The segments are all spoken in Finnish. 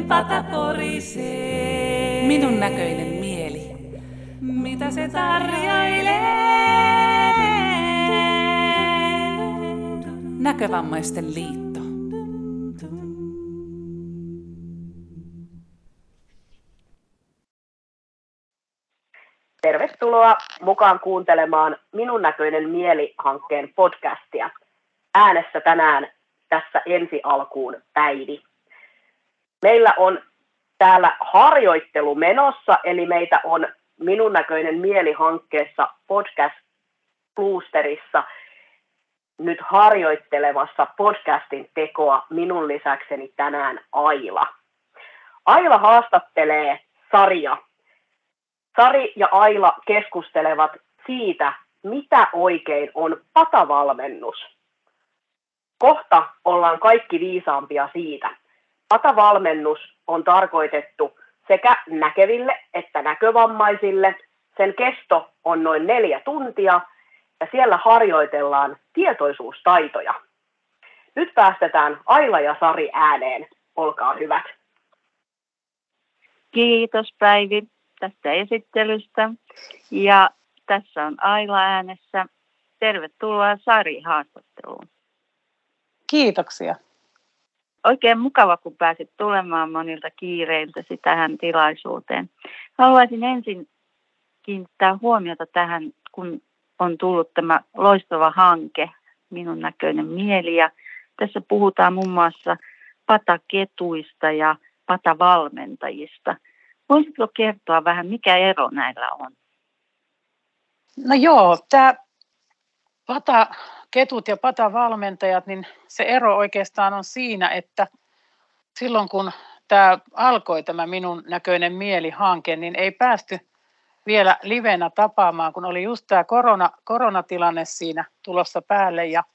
pata porisee. Minun näköinen mieli. Mitä se tarjoilee? Näkövammaisten liitto. Tervetuloa mukaan kuuntelemaan Minun näköinen mieli-hankkeen podcastia. Äänessä tänään tässä ensi alkuun Päivi. Meillä on täällä harjoittelu menossa, eli meitä on Minun näköinen mieli-hankkeessa podcast-klusterissa nyt harjoittelemassa podcastin tekoa minun lisäkseni tänään Aila. Aila haastattelee Saria. Sari ja Aila keskustelevat siitä, mitä oikein on patavalmennus. Kohta ollaan kaikki viisaampia siitä. Patavalmennus on tarkoitettu sekä näkeville että näkövammaisille. Sen kesto on noin 4 tuntia ja siellä harjoitellaan tietoisuustaitoja. Nyt päästetään Aila ja Sari ääneen. Olkaa hyvät. Kiitos Päivi tästä esittelystä. Ja tässä on Aila äänessä. Tervetuloa Sari haastatteluun. Kiitoksia. Oikein mukava, kun pääsit tulemaan monilta kiireiltäsi tähän tilaisuuteen. Haluaisin ensin kiinnittää huomiota tähän, kun on tullut tämä loistava hanke, Minun näköinen mieli. Ja tässä puhutaan muun muassa pataketuista ja patavalmentajista. Voisitko kertoa vähän, mikä ero näillä on? No joo, tämä pataketut ja patavalmentajat, niin se ero oikeastaan on siinä, että silloin kun alkoi tämä Minun näköinen mieli-hanke, niin ei päästy vielä livenä tapaamaan, kun oli just tämä koronatilanne siinä tulossa päälle. Ja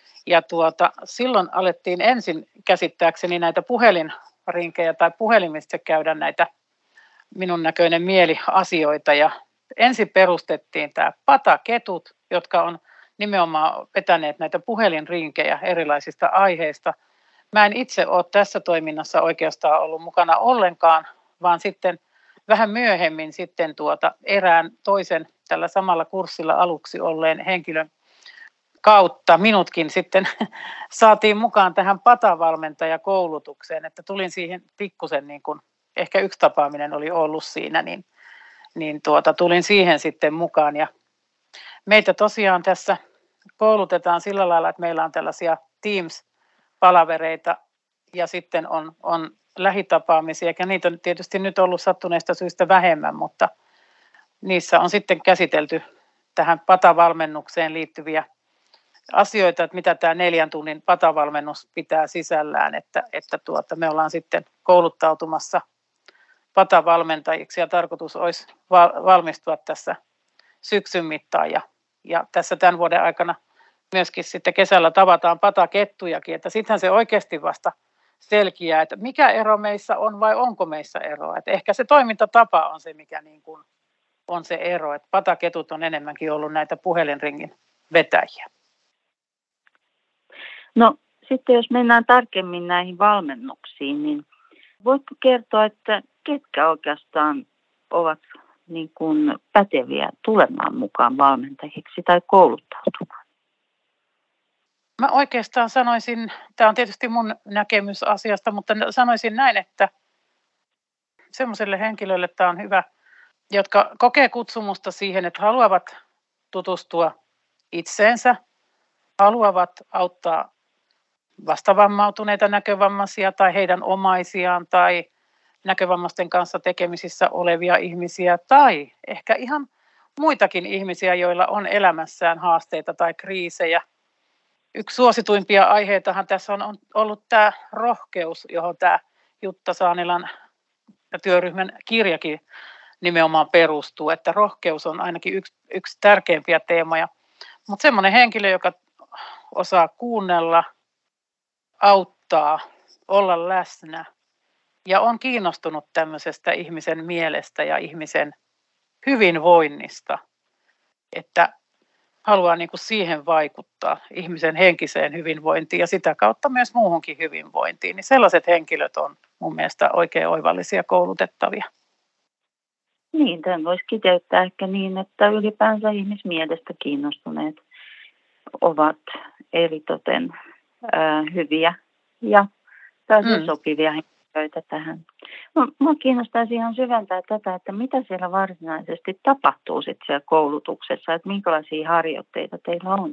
silloin alettiin ensin käsittääkseni näitä puhelinrinkejä tai puhelimista käydä näitä Minun näköinen mieli-asioita. Ja ensin perustettiin tämä pataketut, jotka on nimenomaan vetäneet näitä puhelinrinkejä erilaisista aiheista. Mä en itse ole tässä toiminnassa oikeastaan ollut mukana ollenkaan, vaan sitten vähän myöhemmin sitten erään toisen tällä samalla kurssilla aluksi olleen henkilön kautta minutkin sitten saatiin mukaan tähän patavalmentajakoulutukseen, että tulin siihen pikkusen niin kuin, ehkä yksi tapaaminen oli ollut siinä, niin tulin siihen sitten mukaan ja meitä tosiaan tässä koulutetaan sillä lailla, että meillä on tällaisia Teams-palavereita ja sitten on lähitapaamisia, ja niitä on tietysti nyt ollut sattuneista syistä vähemmän, mutta niissä on sitten käsitelty tähän patavalmennukseen liittyviä asioita, että mitä tämä 4 tunnin patavalmennus pitää sisällään, että me ollaan sitten kouluttautumassa patavalmentajiksi ja tarkoitus olisi valmistua tässä syksyn mittaan ja tässä tämän vuoden aikana myöskin sitten kesällä tavataan patakettujakin, että sittenhän se oikeasti vasta selkiää, että mikä ero meissä on vai onko meissä eroa. Että ehkä se toimintatapa on se, mikä niin kuin on se ero, että pataketut on enemmänkin ollut näitä puhelinringin vetäjiä. No sitten jos mennään tarkemmin näihin valmennuksiin, niin voitko kertoa, että ketkä oikeastaan ovat niin kuin päteviä tulemaan mukaan valmentajiksi tai kouluttautumaan? Mä oikeastaan sanoisin, tämä on tietysti mun näkemys asiasta, mutta sanoisin näin, että semmoiselle henkilölle tämä on hyvä, jotka kokee kutsumusta siihen, että haluavat tutustua itseensä, haluavat auttaa vastavammautuneita näkövammaisia tai heidän omaisiaan tai näkövammaisten kanssa tekemisissä olevia ihmisiä tai ehkä ihan muitakin ihmisiä, joilla on elämässään haasteita tai kriisejä. Yksi suosituimpia aiheitahan tässä on ollut tämä rohkeus, johon tämä Jutta Saanilan työryhmän kirjakin nimenomaan perustuu, että rohkeus on ainakin yksi tärkeimpiä teemoja. Mutta semmoinen henkilö, joka osaa kuunnella, auttaa, olla läsnä ja on kiinnostunut tämmöisestä ihmisen mielestä ja ihmisen hyvinvoinnista, että haluaa niin kuin siihen vaikuttaa, ihmisen henkiseen hyvinvointiin ja sitä kautta myös muuhunkin hyvinvointiin, niin sellaiset henkilöt on mun mielestä oikein oivallisia koulutettavia. Niin, tämän voisi kiteyttää ehkä niin, että ylipäänsä ihmismielestä kiinnostuneet ovat eritoten hyviä ja täysin sopivia henkilöitä tähän. Minua kiinnostaisi ihan syventää tätä, että mitä siellä varsinaisesti tapahtuu sitten siellä koulutuksessa, että minkälaisia harjoitteita teillä on?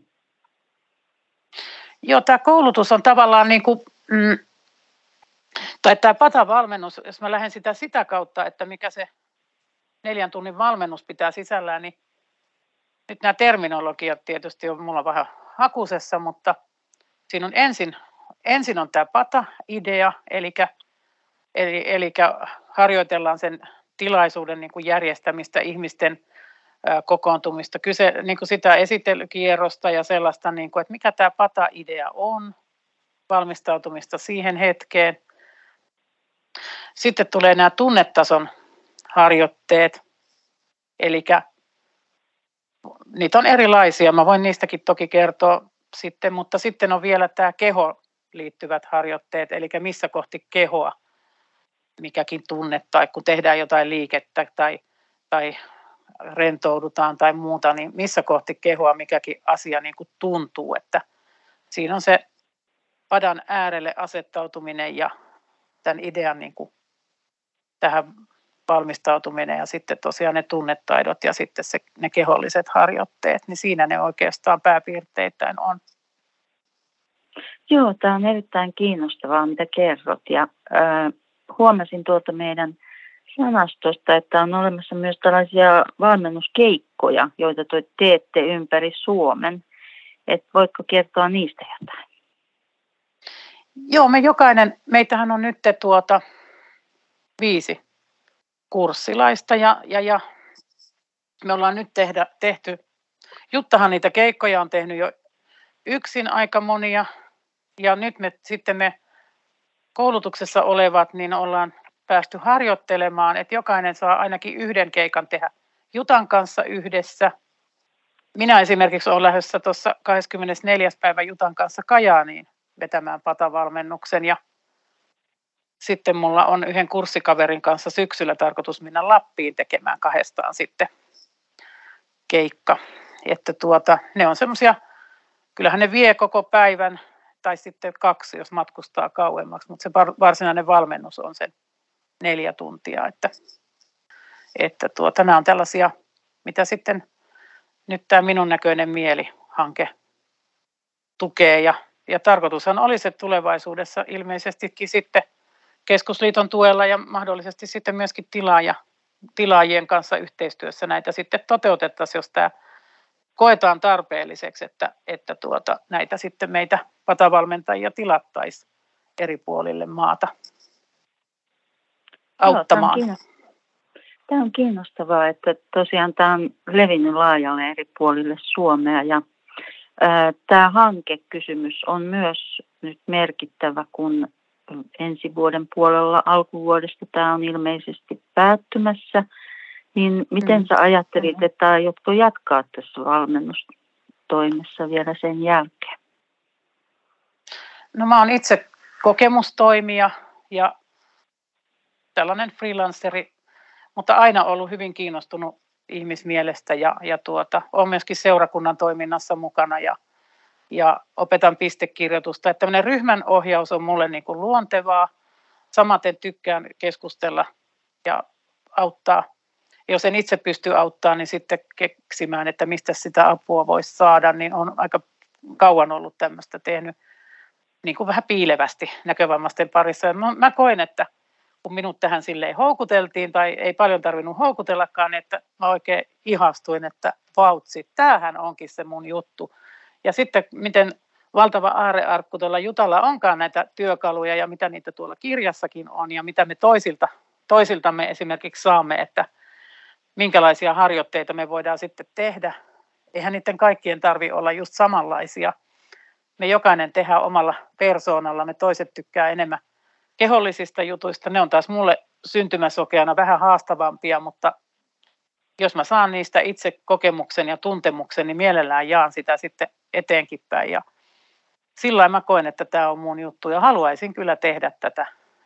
Joo, tämä koulutus on tavallaan niin kuin, tai tämä PATA-valmennus, jos mä lähden sitä kautta, että mikä se 4 tunnin valmennus pitää sisällään, niin nyt nämä terminologiat tietysti on mulla vähän hakusessa, mutta siinä on ensin on tämä PATA-idea, eli harjoitellaan sen tilaisuuden niin kuin järjestämistä, ihmisten kokoontumista, kyse niin kuin sitä esittelykierrosta ja sellaista, niin kuin, että mikä tämä PATA-idea on, valmistautumista siihen hetkeen. Sitten tulee nämä tunnetason harjoitteet, eli niitä on erilaisia, mä voin niistäkin toki kertoa sitten, mutta sitten on vielä tämä kehoon liittyvät harjoitteet, eli missä kohti kehoa mikäkin tunne tai kun tehdään jotain liikettä tai rentoudutaan tai muuta, niin missä kohti kehoa mikäkin asia niin kuin tuntuu, että siinä on se padan äärelle asettautuminen ja tämän idean niin kuin tähän valmistautuminen ja sitten tosiaan ne tunnetaidot ja sitten ne keholliset harjoitteet, niin siinä ne oikeastaan pääpiirteittäin on. Joo, tämä on erittäin kiinnostavaa, mitä kerrot ja huomasin tuolta meidän sanastosta, että on olemassa myös tällaisia valmennuskeikkoja, joita teette ympäri Suomen. Et voitko kertoa niistä jotain? Joo, meitähän on nyt 5 kurssilaista ja me ollaan nyt tehty, Juttahan niitä keikkoja on tehnyt jo yksin aika monia ja nyt me koulutuksessa olevat niin ollaan päästy harjoittelemaan, että jokainen saa ainakin yhden keikan tehdä Jutan kanssa yhdessä. Minä esimerkiksi olen lähdössä tuossa 24. päivä Jutan kanssa Kajaaniin vetämään patavalmennuksen ja sitten mulla on yhden kurssikaverin kanssa syksyllä tarkoitus mennä Lappiin tekemään 2 sitten keikka. Että ne on semmoisia, kyllähän ne vie koko päivän tai sitten 2, jos matkustaa kauemmaksi, mutta se varsinainen valmennus on sen 4 tuntia. Että nämä on tällaisia, mitä sitten nyt tämä Minun näköinen mieli-hanke tukee ja tarkoitushan olisi, että tulevaisuudessa ilmeisestikin sitten Keskusliiton tuella ja mahdollisesti sitten myöskin tilaajien kanssa yhteistyössä näitä sitten toteutettaisiin, jos tämä koetaan tarpeelliseksi, että näitä sitten meitä patavalmentajia tilattaisiin eri puolille maata auttamaan. Tämä on kiinnostavaa, että tosiaan tämä on levinnyt laajalle eri puolille Suomea ja tämä hankekysymys on myös nyt merkittävä, kun ensi vuoden puolella alkuvuodesta tämä on ilmeisesti päättymässä. Niin miten sä ajattelit, että aiotko jatkaa tässä valmennustoimessa vielä sen jälkeen? No mä oon itse kokemustoimija ja tällainen freelanceri, mutta aina ollut hyvin kiinnostunut ihmismielestä ja olen myöskin seurakunnan toiminnassa mukana ja opetan pistekirjoitusta. Että tämmöinen ryhmänohjaus on mulle niin kuin luontevaa. Samaten tykkään keskustella ja auttaa. Jos en itse pysty auttamaan, niin sitten keksimään, että mistä sitä apua voisi saada, niin on aika kauan ollut tämmöistä tehnyt niin kuin vähän piilevästi näkövammaisten parissa. Ja mä koen, että kun minut tähän silleen houkuteltiin tai ei paljon tarvinnut houkutellakaan, että mä oikein ihastuin, että vautsi, tämähän onkin se mun juttu. Ja sitten miten valtava aarrearkku tuolla Jutalla onkaan näitä työkaluja ja mitä niitä tuolla kirjassakin on ja mitä me toisiltamme esimerkiksi saamme, että minkälaisia harjoitteita me voidaan sitten tehdä. Eihän niiden kaikkien tarvitse olla just samanlaisia. Me jokainen tehdään omalla persoonalla, me toiset tykkää enemmän kehollisista jutuista. Ne on taas mulle syntymäsokeana vähän haastavampia, mutta jos mä saan niistä itse kokemuksen ja tuntemuksen, niin mielellään jaan sitä sitten eteenkin päin. Ja sillä mä koen, että tämä on mun juttu ja haluaisin kyllä tehdä tätä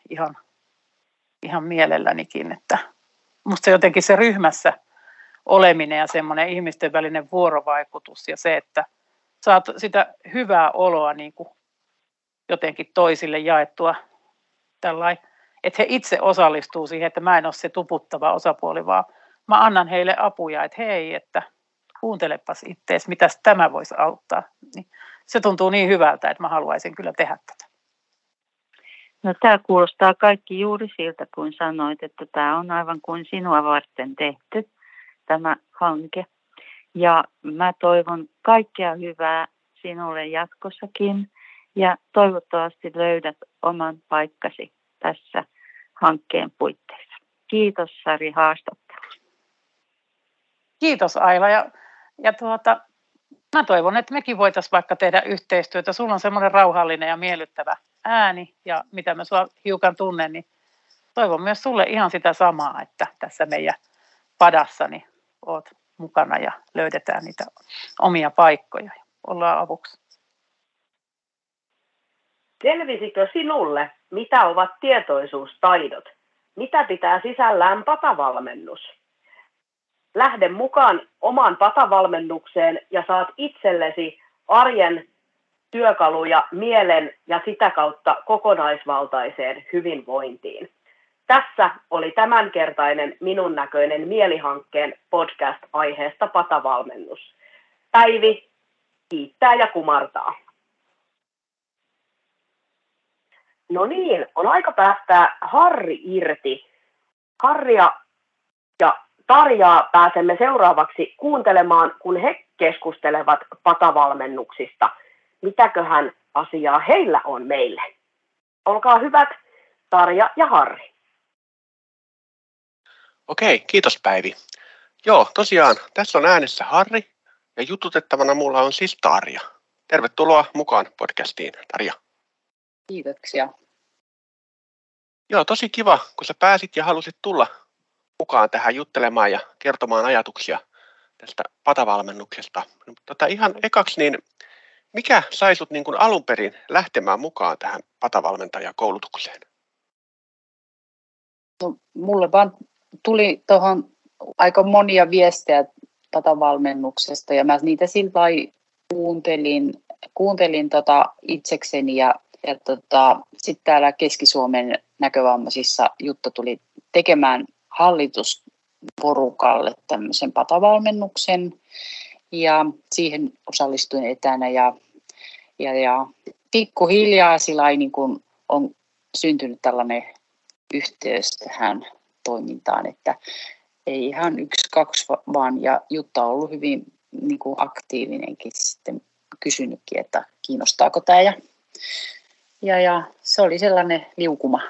ihan mielellänikin. Että musta jotenkin se ryhmässä oleminen ja semmoinen ihmisten välinen vuorovaikutus ja se, että saat sitä hyvää oloa niin kuin jotenkin toisille jaettua tällainen, että he itse osallistuu siihen, että mä en ole se tuputtava osapuoli, vaan mä annan heille apuja, että hei, että kuuntelepas ittees, mitäs tämä voisi auttaa. Niin se tuntuu niin hyvältä, että mä haluaisin kyllä tehdä tätä. No tämä kuulostaa kaikki juuri siltä, kuin sanoit, että tämä on aivan kuin sinua varten tehty, tämä hanke. Ja mä toivon kaikkea hyvää sinulle jatkossakin ja toivottavasti löydät oman paikkasi tässä hankkeen puitteissa. Kiitos Sari haastattelusta. Kiitos Aila ja mä toivon, että mekin voitaisiin vaikka tehdä yhteistyötä. Sulla on semmoinen rauhallinen ja miellyttävä ääni ja mitä mä sua hiukan tunnen, niin toivon myös sulle ihan sitä samaa, että tässä meidän padassani oot mukana ja löydetään niitä omia paikkoja ja ollaan avuksi. Selvisikö sinulle, mitä ovat tietoisuustaidot? Mitä pitää sisällään patavalmennus? Lähde mukaan omaan patavalmennukseen ja saat itsellesi arjen työkaluja mielen ja sitä kautta kokonaisvaltaiseen hyvinvointiin. Tässä oli tämänkertainen Minun näköinen mielihankkeen podcast aiheesta patavalmennus. Päivi kiittää ja kumartaa. No niin, on aika päästää Harri irti. Harria ja Tarjaa pääsemme seuraavaksi kuuntelemaan, kun he keskustelevat patavalmennuksista. Mitäköhän asiaa heillä on meille? Olkaa hyvät, Tarja ja Harri. Okei, kiitos Päivi. Joo, tosiaan tässä on äänessä Harri ja jututettavana mulla on siis Tarja. Tervetuloa mukaan podcastiin, Tarja. Kiitoksia. Joo, tosi kiva, kun sä pääsit ja halusit tulla mukaan tähän juttelemaan ja kertomaan ajatuksia tästä patavalmennuksesta. Ihan ekaksi, niin mikä sai sut niin kuin alun perin lähtemään mukaan tähän patavalmentajakoulutukseen? No, mulle vaan tuli tuohon aika monia viestejä patavalmennuksesta ja mä niitä sillä kuuntelin itsekseni ja sitten täällä Keski-Suomen näkövammaisissa Jutta tuli tekemään hallitusporukalle tämmöisen patavalmennuksen ja siihen osallistuin etänä ja pikkuhiljaa sillä niin kuin on syntynyt tällainen yhteys tähän toimintaan, että ei ihan 1-2 vaan ja Jutta on ollut hyvin niin kuin aktiivinenkin sitten kysynytkin, että kiinnostaako tämä ja se oli sellainen liukuma.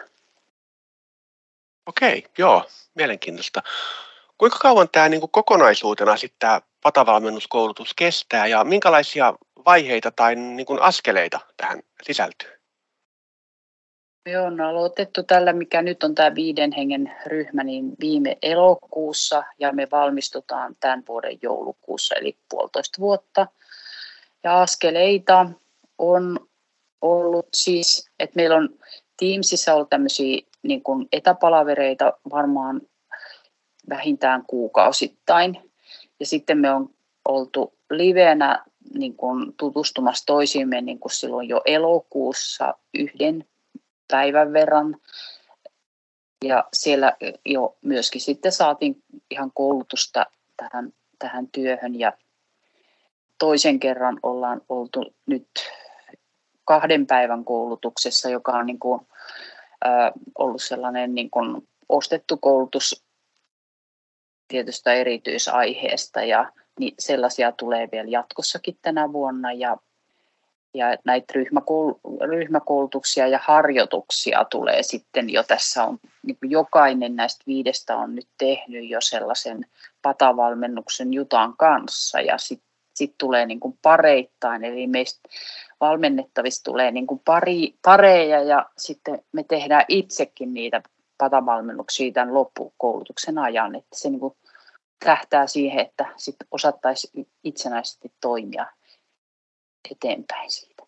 Okei, joo, mielenkiintoista. Kuinka kauan tämä niin kuin kokonaisuutena sitten tämä patavalmennuskoulutus kestää ja minkälaisia vaiheita tai niin kuin askeleita tähän sisältyy? Me on aloitettu tällä, mikä nyt on tämä 5 hengen ryhmä, niin viime elokuussa ja me valmistutaan tämän vuoden joulukuussa, eli 1,5 vuotta. Ja askeleita on ollut siis, että meillä on Teamsissa ollut tämmöisiä niin kuin etäpalavereita varmaan vähintään kuukausittain. Ja sitten me on oltu livenä niin kuin tutustumassa toisiimme niin kuin silloin jo elokuussa 1 päivän verran. Ja siellä jo myöskin sitten saatiin ihan koulutusta tähän työhön. Ja toisen kerran ollaan oltu nyt 2 päivän koulutuksessa, joka on niin kuin, ollut sellainen niin kuin ostettu koulutus tietystä erityisaiheesta ja niin sellaisia tulee vielä jatkossakin tänä vuonna ja näitä ryhmäkoulutuksia ja harjoituksia tulee sitten jo tässä on niin kuin jokainen näistä 5 on nyt tehnyt jo sellaisen patavalmennuksen Jutan kanssa ja sitten tulee niin kuin pareittain eli meistä valmennettavista tulee niin kuin pareja ja sitten me tehdään itsekin niitä patavalmennuksia tämän loppukoulutuksen ajan, että se niin kuin tähtää siihen, että sit osattaisiin itsenäisesti toimia eteenpäin siitä.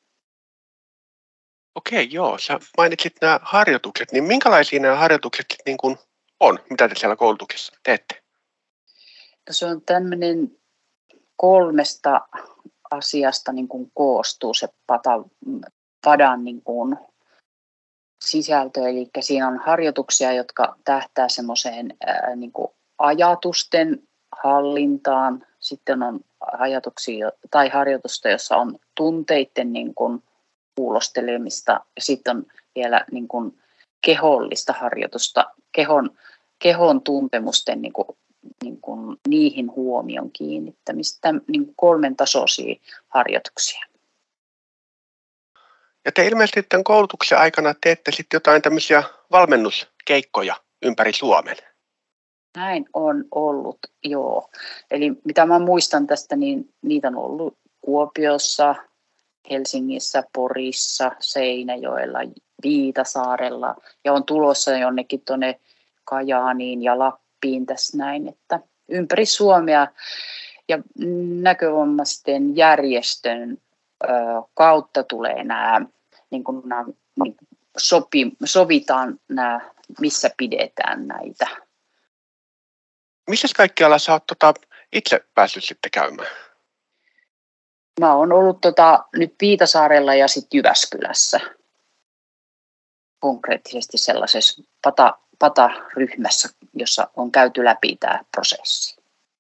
Okei, joo. Sä mainitsit nämä harjoitukset, niin minkälaisia nämä harjoitukset niin kuin on, mitä te siellä koulutuksessa teette? No se on tämmöinen 3 asiasta niin kuin koostuu se padan niin kuin sisältö, eli siinä on harjoituksia, jotka tähtää semmoiseen niin kuin ajatusten hallintaan, sitten on ajatuksia tai harjoitusta, jossa on tunteiden niin kuin kuulostelemista, ja sitten on vielä niin kuin kehollista harjoitusta, kehon tuntemusten niin kuin niihin huomion kiinnittämistä, niin kuin 3 tasoisia harjoituksia. Ja te ilmeisesti tämän koulutuksen aikana teette sitten jotain tämmöisiä valmennuskeikkoja ympäri Suomen. Näin on ollut, joo. Eli mitä mä muistan tästä, niin niitä on ollut Kuopiossa, Helsingissä, Porissa, Seinäjoella, Viitasaarella ja on tulossa jonnekin tuonne Kajaaniin ja Lappiin tässä näin, että ympäri Suomea ja näkövammaisten järjestön kautta tulee nämä, sovitaan nämä, missä pidetään näitä. Missä kaikkialla sä oot itse päässyt sitten käymään? Mä oon ollut nyt Viitasaarella ja sitten Jyväskylässä konkreettisesti sellaisessa pataryhmässä, jossa on käyty läpi tämä prosessi.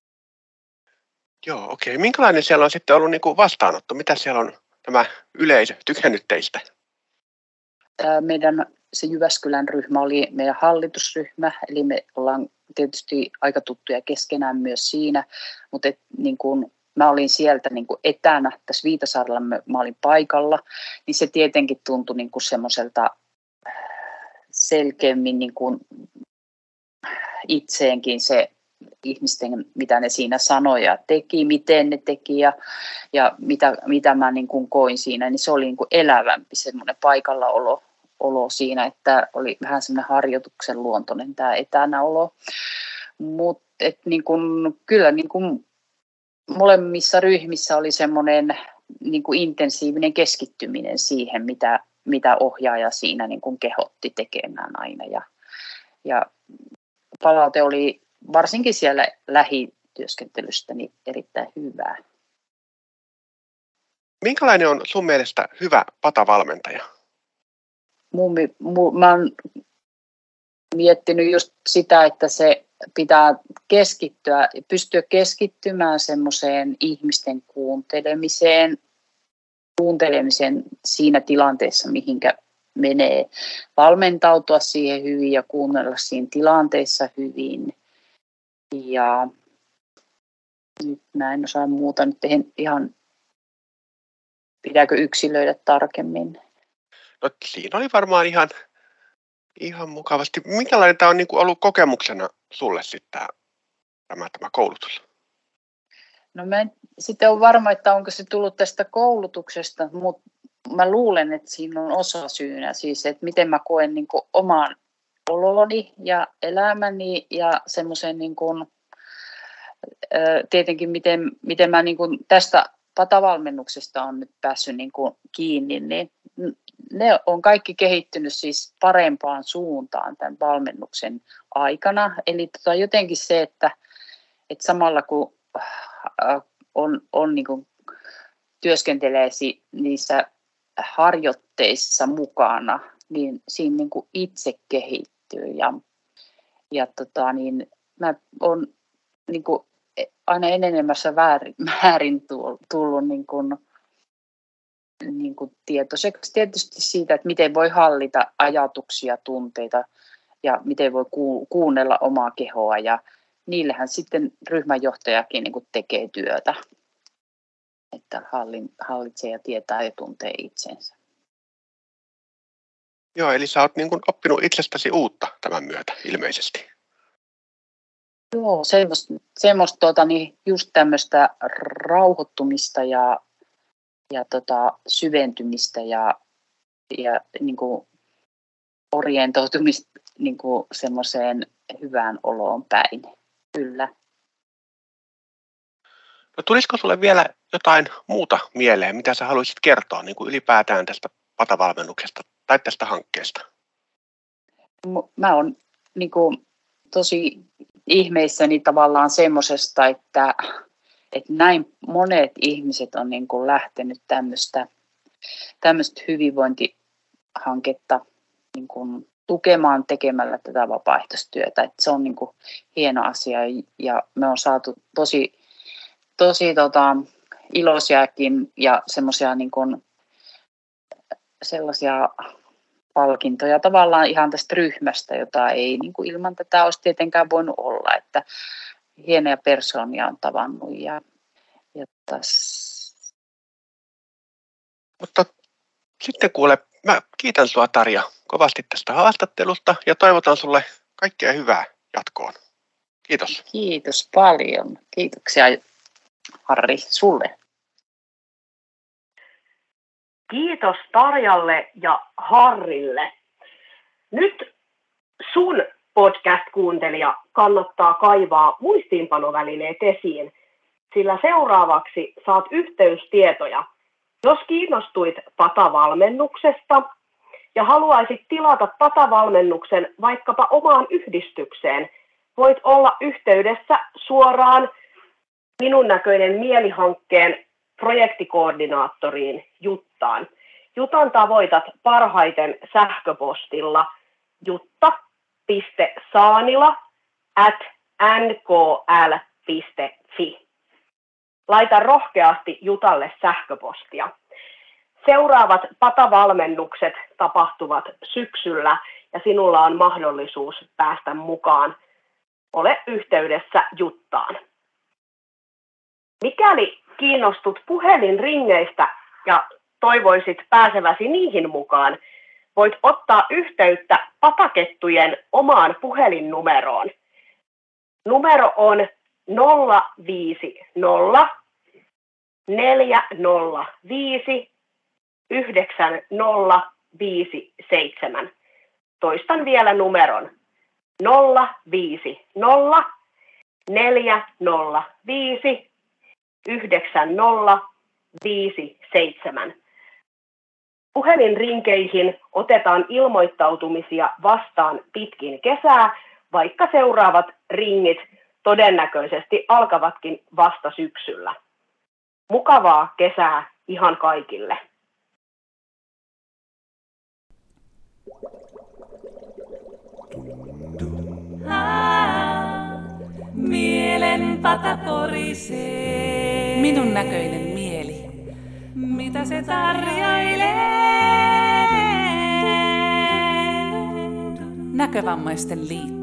Joo, okei. Minkälainen siellä on sitten ollut niin kuin vastaanotto? Mitä siellä on tämä yleisö tykännyt teistä? Meidän se Jyväskylän ryhmä oli meidän hallitusryhmä, eli me ollaan tietysti aika tuttuja keskenään myös siinä, mutta niin kun mä olin sieltä niin kun etänä, tässä Viitasaarella mä olin paikalla, niin se tietenkin tuntui niin kun semmoiselta selkeämmin niin kun itseenkin se ihmisten, mitä ne siinä sanoi ja teki, miten ne teki ja mitä mä niin kun koin siinä, niin se oli niin kun elävämpi semmoinen paikallaolo siinä, että oli vähän semmoinen harjoituksen luontoinen tämä etänäolo. Mutta niin kyllä niin kun molemmissa ryhmissä oli semmoinen niin kun intensiivinen keskittyminen siihen, mitä ohjaaja siinä niin kun kehotti tekemään aina. Ja palaute oli varsinkin siellä lähityöskentelystä niin erittäin hyvää. Minkälainen on sun mielestä hyvä patavalmentaja? Mä oon miettinyt just sitä, että se pitää pystyä keskittymään semmoiseen ihmisten kuuntelemiseen siinä tilanteessa, mihinkä menee, valmentautua siihen hyvin ja kuunnella siinä tilanteessa hyvin. Ja nyt mä en osaa muuta nyt ihan, pitääkö yksilöidä tarkemmin. No, siinä oli varmaan ihan mukavasti. Minkälainen tämä on niin kuin ollut kokemuksena sulle sitten tämä koulutus? No mä en sitten ole varma, että onko se tullut tästä koulutuksesta, mutta mä luulen, että siinä on osa syynä, siis että miten mä koen niin kuin oman oloni ja elämäni ja semmoisen niin kuin, tietenkin miten mä niin kuin tästä patavalmennuksesta on nyt päässyt niin kuin kiinni, niin ne on kaikki kehittynyt siis parempaan suuntaan tämän valmennuksen aikana. Eli jotenkin se, että samalla kun on niin kuin työskentelee niissä harjoitteissa mukana, niin siinä niin kuin itse kehittyy. Ja mä oon niin kuin aina enenemässä määrin tullut niin kuin tietoiseksi tietysti siitä, että miten voi hallita ajatuksia, tunteita ja miten voi kuunnella omaa kehoa. Ja niillähän sitten ryhmänjohtajakin niin kuin tekee työtä, että hallitsee ja tietää ja tuntee itsensä. Joo, eli sä oot niin kuin oppinut itsestäsi uutta tämän myötä ilmeisesti. Joo, semmoista just tämmöistä rauhoittumista ja syventymistä ja niin kuin orientoitumista niin kuin semmoiseen hyvään oloon päin. Kyllä. No, tulisiko sulle vielä jotain muuta mieleen, mitä sä haluaisit kertoa niin kuin ylipäätään tästä patavalmennuksesta tai tästä hankkeesta? Mä oon niin kuin tosi ihmeissäni tavallaan semmosesta, että näin monet ihmiset on niin kuin lähtenyt tämmöistä hyvinvointihanketta niin kuin tukemaan tekemällä tätä vapaaehtoistyötä. Että se on niin kuin hieno asia ja me on saatu tosi iloisiakin ja semmoisia niin kuin sellaisia palkintoja tavallaan ihan tästä ryhmästä, jota ei niin kuin ilman tätä olisi tietenkään voinut olla, että hienoja persoonia on tavannut Mutta sitten kuule, mä kiitän sua Tarja kovasti tästä haastattelusta ja toivotan sulle kaikkea hyvää jatkoon. Kiitos. Kiitos paljon. Kiitoksia Harri sulle. Kiitos Tarjalle ja Harrille. Nyt sun podcast-kuuntelija kannattaa kaivaa muistiinpanovälineet esiin, sillä seuraavaksi saat yhteystietoja. Jos kiinnostuit patavalmennuksesta ja haluaisit tilata patavalmennuksen vaikkapa omaan yhdistykseen, voit olla yhteydessä suoraan Minun näköinen mielihankkeen projektikoordinaattoriin Juttaan. Jutan tavoitat parhaiten sähköpostilla jutta.saanila@nkl.fi. Laita rohkeasti Jutalle sähköpostia. Seuraavat patavalmennukset tapahtuvat syksyllä ja sinulla on mahdollisuus päästä mukaan. Ole yhteydessä Juttaan. Mikäli kiinnostut puhelinringeistä ja toivoisit pääseväsi niihin mukaan, voit ottaa yhteyttä patakettujen omaan puhelinnumeroon. Numero on 050 405 9057. Toistan vielä numeron 050 405 9057. Puhelinrinkeihin otetaan ilmoittautumisia vastaan pitkin kesää, vaikka seuraavat ringit todennäköisesti alkavatkin vasta syksyllä. Mukavaa kesää ihan kaikille! Mielen pata porisee. Minun näköinen mieli. Mitä se tarjoilee? Näkövammaisten liitto.